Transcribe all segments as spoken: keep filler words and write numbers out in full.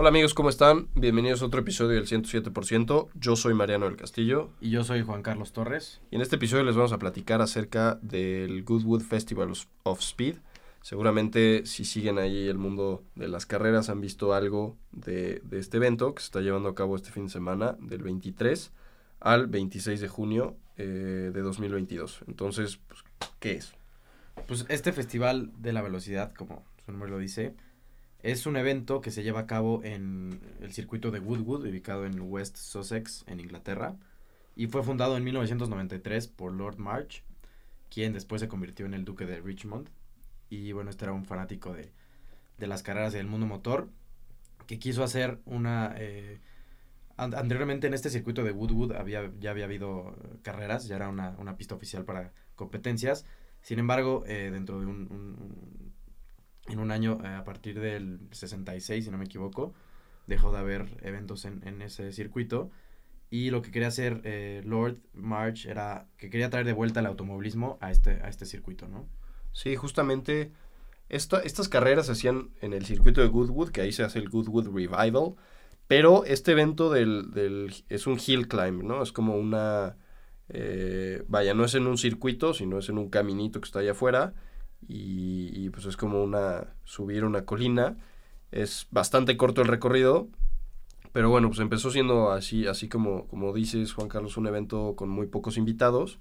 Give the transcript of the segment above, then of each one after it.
Hola amigos, ¿cómo están? Bienvenidos a otro episodio del ciento siete por ciento. Yo soy Mariano del Castillo. Y yo soy Juan Carlos Torres. Y en este episodio les vamos a platicar acerca del Goodwood Festival of Speed. Seguramente si siguen ahí el mundo de las carreras han visto algo de, de este evento que se está llevando a cabo este fin de semana del veintitrés al veintiséis de junio eh, de dos mil veintidós. Entonces, pues, ¿qué es? Pues este festival de la velocidad, como su nombre lo dice, es un evento que se lleva a cabo en el circuito de Goodwood, ubicado en West Sussex, en Inglaterra, y fue fundado en mil novecientos noventa y tres por Lord March, quien después se convirtió en el Duque de Richmond. Y bueno, este era un fanático de, de las carreras y del mundo motor, que quiso hacer una... Eh, anteriormente en este circuito de Goodwood había, ya había habido carreras, ya era una, una pista oficial para competencias. Sin embargo, eh, dentro de un... un, un en un año, eh, a partir del sesenta y seis, si no me equivoco, dejó de haber eventos en, en ese circuito. Y lo que quería hacer eh, Lord March era que quería traer de vuelta el automovilismo a este, a este circuito, ¿no? Sí, justamente esta, estas carreras se hacían en el circuito de Goodwood, que ahí se hace el Goodwood Revival, pero este evento del, del es un hill climb, ¿no? Es como una... Eh, vaya, no es en un circuito, sino es en un caminito que está allá afuera, y, y pues es como una... subir una colina. Es bastante corto el recorrido, pero bueno, pues empezó siendo así, así como, como dices, Juan Carlos, un evento con muy pocos invitados.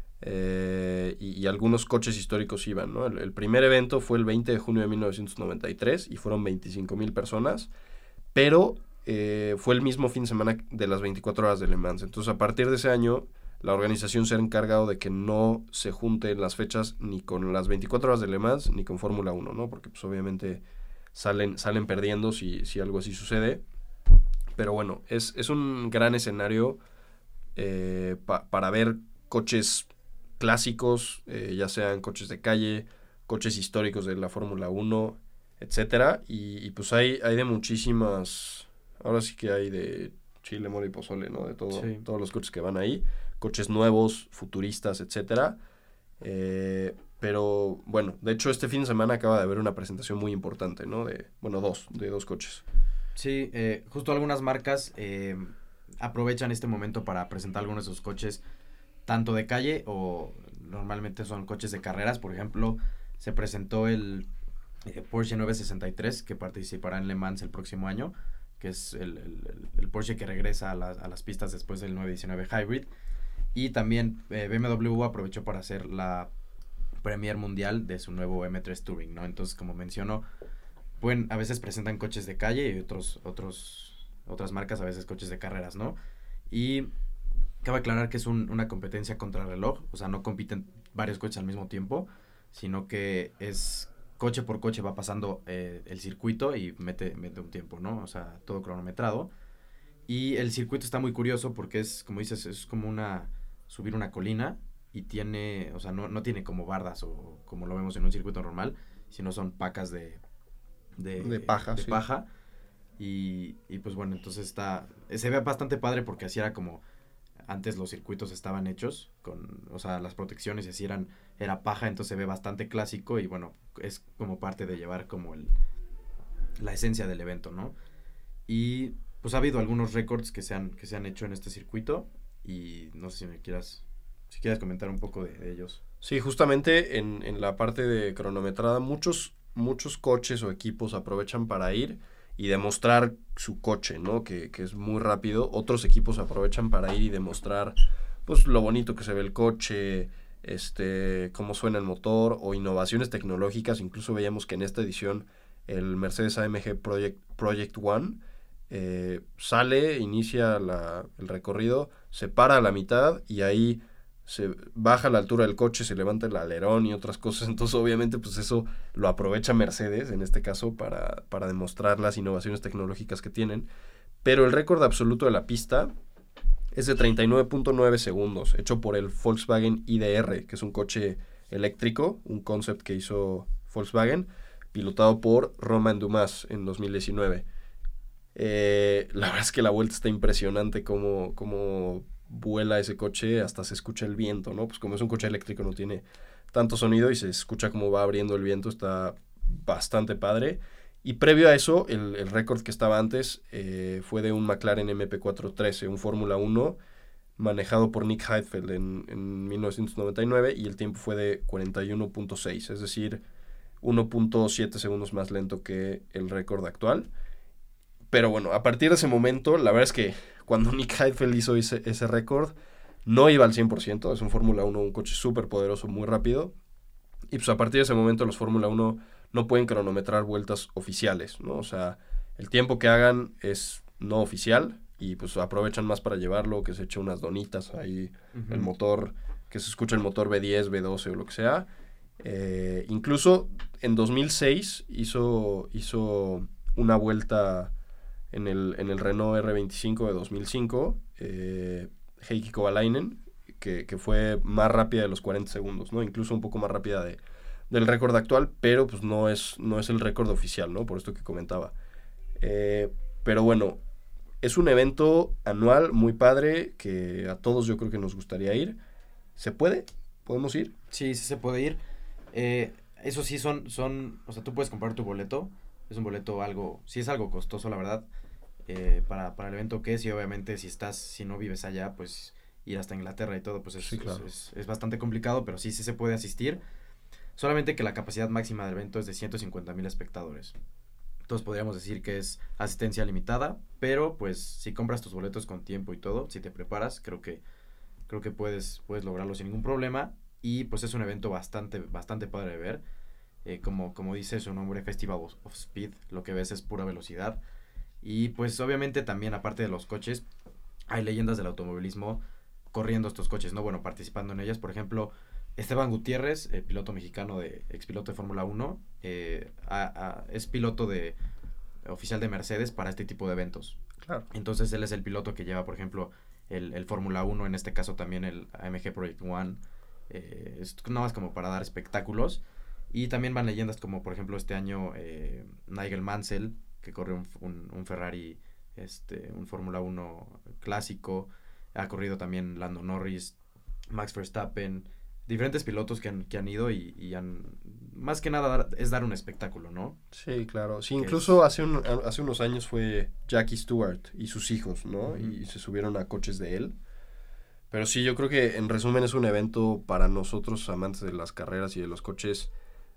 Eh, y, y algunos coches históricos iban, ¿no? El, el primer evento fue el veinte de junio de mil novecientos noventa y tres y fueron veinticinco mil personas, pero eh, fue el mismo fin de semana de las veinticuatro horas de Le Mans. Entonces, a partir de ese año, la organización se ha encargado de que no se junten las fechas ni con las veinticuatro horas de Le Mans ni con Fórmula uno, ¿no? Porque pues obviamente salen, salen perdiendo si, si algo así sucede. Pero bueno, es, es un gran escenario eh, pa, para ver coches clásicos, eh, ya sean coches de calle, coches históricos de la Fórmula uno, etcétera. Y, y pues hay, hay de muchísimas, ahora sí que hay de chile, mole y pozole, ¿no? De todo, sí. Todos los coches que van ahí, coches nuevos, futuristas, etcétera. Eh, pero bueno, de hecho este fin de semana acaba de haber una presentación muy importante, ¿no? De, bueno, dos, de dos coches. Sí, eh, justo algunas marcas eh, aprovechan este momento para presentar algunos de sus coches, tanto de calle o normalmente son coches de carreras. Por ejemplo, se presentó el eh, Porsche nueve sesenta y tres que participará en Le Mans el próximo año, que es el, el, el Porsche que regresa a, la, a las pistas después del nueve diecinueve Hybrid. Y también eh, B M W aprovechó para hacer la Premier Mundial de su nuevo M tres Touring, ¿no? Entonces, como menciono, pueden, a veces presentan coches de calle y otros, otros, otras marcas a veces coches de carreras, ¿no? Y cabe aclarar que es un, una competencia contra reloj, o sea, no compiten varios coches al mismo tiempo, sino que es coche por coche va pasando eh, el circuito y mete, mete un tiempo, ¿no? O sea, todo cronometrado. Y el circuito está muy curioso porque es, como dices, es como una subir una colina y tiene, o sea, no, no tiene como bardas o como lo vemos en un circuito normal, sino son pacas de, de, de paja. De sí. paja. Y, y pues bueno, entonces está, se ve bastante padre porque así era como antes los circuitos estaban hechos con, o sea, las protecciones y así eran, era paja, entonces se ve bastante clásico y bueno, es como parte de llevar como el, la esencia del evento, ¿no? Y pues ha habido algunos récords que se han, que se han hecho en este circuito y no sé si me quieras, si quieras comentar un poco de, de ellos. Sí, justamente en, en la parte de cronometrada muchos, muchos coches o equipos aprovechan para ir y demostrar su coche, ¿no? Que, que es muy rápido. Otros equipos aprovechan para ir y demostrar, pues, lo bonito que se ve el coche, este, cómo suena el motor o innovaciones tecnológicas. Incluso veíamos que en esta edición el Mercedes A M G Project, Project One eh, sale, inicia la, el recorrido, se para a la mitad y ahí se baja la altura del coche, se levanta el alerón y otras cosas. Entonces obviamente pues eso lo aprovecha Mercedes en este caso para, para demostrar las innovaciones tecnológicas que tienen. Pero el récord absoluto de la pista es de treinta y nueve punto nueve segundos, hecho por el Volkswagen I D R, que es un coche eléctrico, un concept que hizo Volkswagen, pilotado por Romain Dumas en dos mil diecinueve. Eh, la verdad es que la vuelta está impresionante, como, como vuela ese coche, hasta se escucha el viento, ¿no? Pues como es un coche eléctrico no tiene tanto sonido y se escucha como va abriendo el viento, está bastante padre. Y previo a eso, el, el récord que estaba antes eh, fue de un McLaren M P cuatrocientos trece, un Fórmula uno manejado por Nick Heidfeld en, en mil novecientos noventa y nueve, y el tiempo fue de cuarenta y uno punto seis, es decir, uno punto siete segundos más lento que el récord actual. Pero bueno, a partir de ese momento, la verdad es que cuando Nick Heidfeld hizo ese, ese récord, no iba al cien por ciento, es un Fórmula uno, un coche súper poderoso, muy rápido, y pues a partir de ese momento los Fórmula uno no pueden cronometrar vueltas oficiales, ¿no? O sea, el tiempo que hagan es no oficial, y pues aprovechan más para llevarlo, que se eche unas donitas ahí, uh-huh. el motor, que se escuche el motor V diez, V doce o lo que sea. Eh, incluso en dos mil seis hizo, hizo una vuelta en el, en el Renault R veinticinco de dos mil cinco, eh, Heikki Kovalainen, que, que fue más rápida de los cuarenta segundos, ¿no? Incluso un poco más rápida de, del récord actual, pero pues no es, no es el récord oficial, ¿no? Por esto que comentaba. Eh, pero bueno, es un evento anual muy padre que a todos yo creo que nos gustaría ir. ¿Se puede? ¿Podemos ir? Sí, sí se puede ir. Eh, eso sí son, son, o sea, tú puedes comprar tu boleto. Es un boleto algo, sí es algo costoso, la verdad, eh, para, para el evento que es, y obviamente si estás, si no vives allá, pues ir hasta Inglaterra y todo, pues es, sí, claro. es, es, es bastante complicado, pero sí, sí se puede asistir. Solamente que la capacidad máxima del evento es de ciento cincuenta mil espectadores. Entonces podríamos decir que es asistencia limitada, pero pues si compras tus boletos con tiempo y todo, si te preparas, creo que creo que puedes puedes lograrlo sin ningún problema, y pues es un evento bastante bastante padre de ver. Eh, como como dice su nombre, Festival of Speed, lo que ves es pura velocidad, y pues obviamente también, aparte de los coches, hay leyendas del automovilismo corriendo estos coches, ¿no? Bueno, participando en ellas. Por ejemplo, Esteban Gutiérrez, eh, piloto mexicano, de expiloto de Fórmula uno, eh, a, a, es piloto de oficial de Mercedes para este tipo de eventos. Claro. Entonces él es el piloto que lleva, por ejemplo, el, el Fórmula uno, en este caso también el A M G Project One, eh, es nada más como para dar espectáculos. Y también van leyendas como, por ejemplo, este año eh, Nigel Mansell, que corre un, un, un Ferrari, este, un Fórmula uno clásico. Ha corrido también Lando Norris, Max Verstappen, diferentes pilotos que han, que han ido y, y han, más que nada dar, es dar un espectáculo, ¿no? Sí, claro. Sí, incluso es... hace, un, hace unos años fue Jackie Stewart y sus hijos, ¿no? Uh-huh. Y se subieron a coches de él. Pero sí, yo creo que en resumen es un evento para nosotros, amantes de las carreras y de los coches,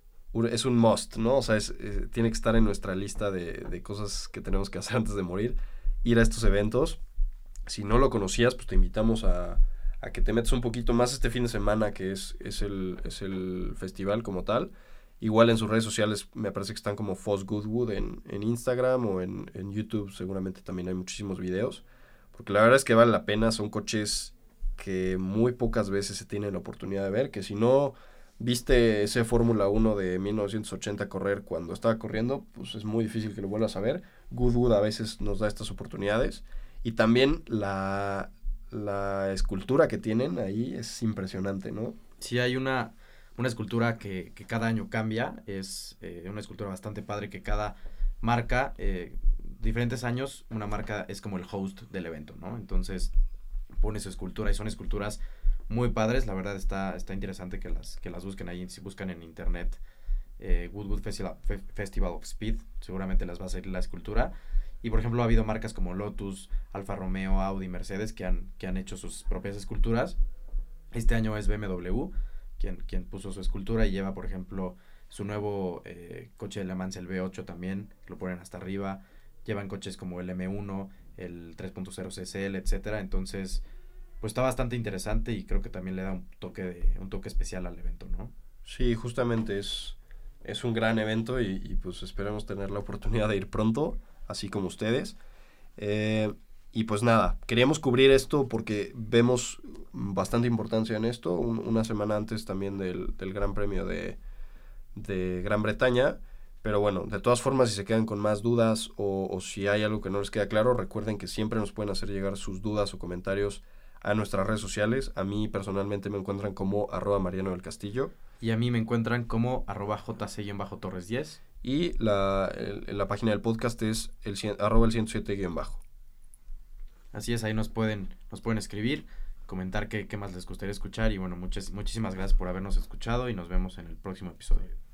es un must, ¿no? O sea, es, es, tiene que estar en nuestra lista de, de cosas que tenemos que hacer antes de morir, ir a estos eventos. Si no lo conocías, pues te invitamos a, a que te metas un poquito más este fin de semana, que es, es, el, es el festival como tal. Igual en sus redes sociales me parece que están como Foss Goodwood en, en Instagram o en, en YouTube, seguramente también hay muchísimos videos, porque la verdad es que vale la pena. Son coches que muy pocas veces se tiene la oportunidad de ver, que si no viste ese Fórmula uno de mil novecientos ochenta correr cuando estaba corriendo, pues es muy difícil que lo vuelvas a ver. Goodwood a veces nos da estas oportunidades, y también la, la escultura que tienen ahí es impresionante, ¿no? Sí, hay una, una escultura que, que cada año cambia, es eh, una escultura bastante padre, que cada marca, eh, diferentes años, una marca es como el host del evento, ¿no? Entonces pone su escultura, y son esculturas muy padres. La verdad está, está interesante que las, que las busquen ahí. Si buscan en internet eh, Goodwood Festival, Fe, Festival of Speed, seguramente les va a salir la escultura. Y por ejemplo ha habido marcas como Lotus, Alfa Romeo, Audi, Mercedes que han, que han hecho sus propias esculturas. Este año es B M W quien, quien puso su escultura, y lleva por ejemplo su nuevo eh, coche de Le Mans, el V ocho también, lo ponen hasta arriba. Llevan coches como el M uno, el tres punto cero C C L, etcétera. Entonces pues está bastante interesante, y creo que también le da un toque de, un toque especial al evento, ¿no? Sí, justamente es, es un gran evento, y, y pues esperemos tener la oportunidad de ir pronto, así como ustedes. Eh, y pues nada, queríamos cubrir esto porque vemos bastante importancia en esto, un, una semana antes también del, del Gran Premio de, de Gran Bretaña. Pero bueno, de todas formas, si se quedan con más dudas o, o si hay algo que no les queda claro, recuerden que siempre nos pueden hacer llegar sus dudas o comentarios a nuestras redes sociales. A mí personalmente me encuentran como arroba Mariano del Castillo. Y a mí me encuentran como arroba jc-torres diez. Y la, el, la página del podcast es el arroba el ciento siete guión bajo. Así es, ahí nos pueden, nos pueden escribir, comentar qué, qué más les gustaría escuchar. Y bueno, muchas, muchísimas gracias por habernos escuchado, y nos vemos en el próximo episodio.